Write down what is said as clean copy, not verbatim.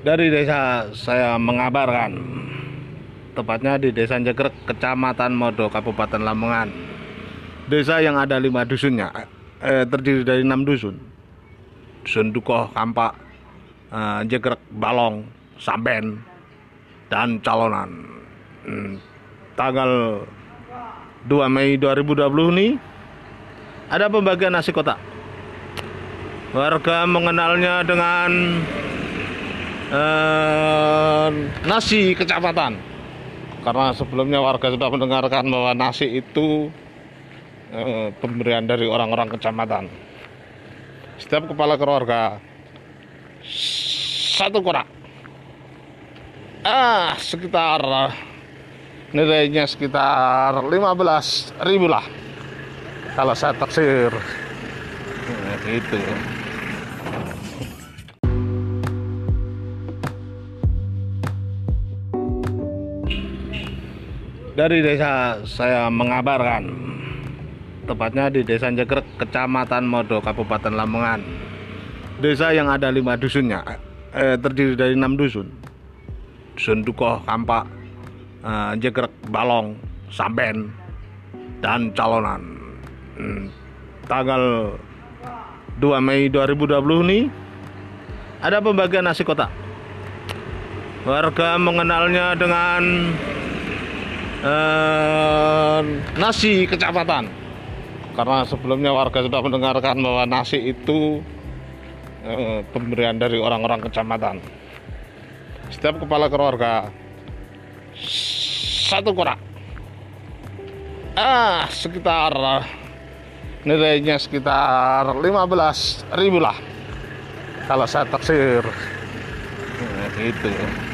Dari desa saya mengabarkan, tepatnya di Desa Jegrek, Kecamatan Modo, Kabupaten Lamongan. Desa yang ada 5 dusunnya, terdiri dari 6 dusun. Dusun Dukoh, Kampak, Jegrek, Balong, Samben, dan Calonan. Tanggal 2 Mei 2020 ini ada pembagian nasi kotak. Warga mengenalnya dengan nasi kecamatan, karena sebelumnya warga sudah mendengarkan bahwa nasi itu pemberian dari orang-orang kecamatan. Setiap kepala keluarga 1 kotak, sekitar nilainya sekitar 15.000 lah kalau saya taksir. Gitu. Dari desa saya mengabarkan, tepatnya di Desa Jegrek, Kecamatan Modo, Kabupaten Lamongan. Desa yang ada 5 dusunnya, terdiri dari 6 dusun. Dusun Dukoh, Kampak, Jegrek, Balong, Samben, dan Calonan. Tanggal 2 Mei 2020 ini ada pembagian nasi kotak. Warga mengenalnya dengan nasi kecamatan, karena sebelumnya warga sudah mendengarkan bahwa nasi itu pemberian dari orang-orang kecamatan. Setiap kepala keluarga 1 kotak, sekitar nilainya sekitar 15.000 lah kalau saya taksir. Gitu.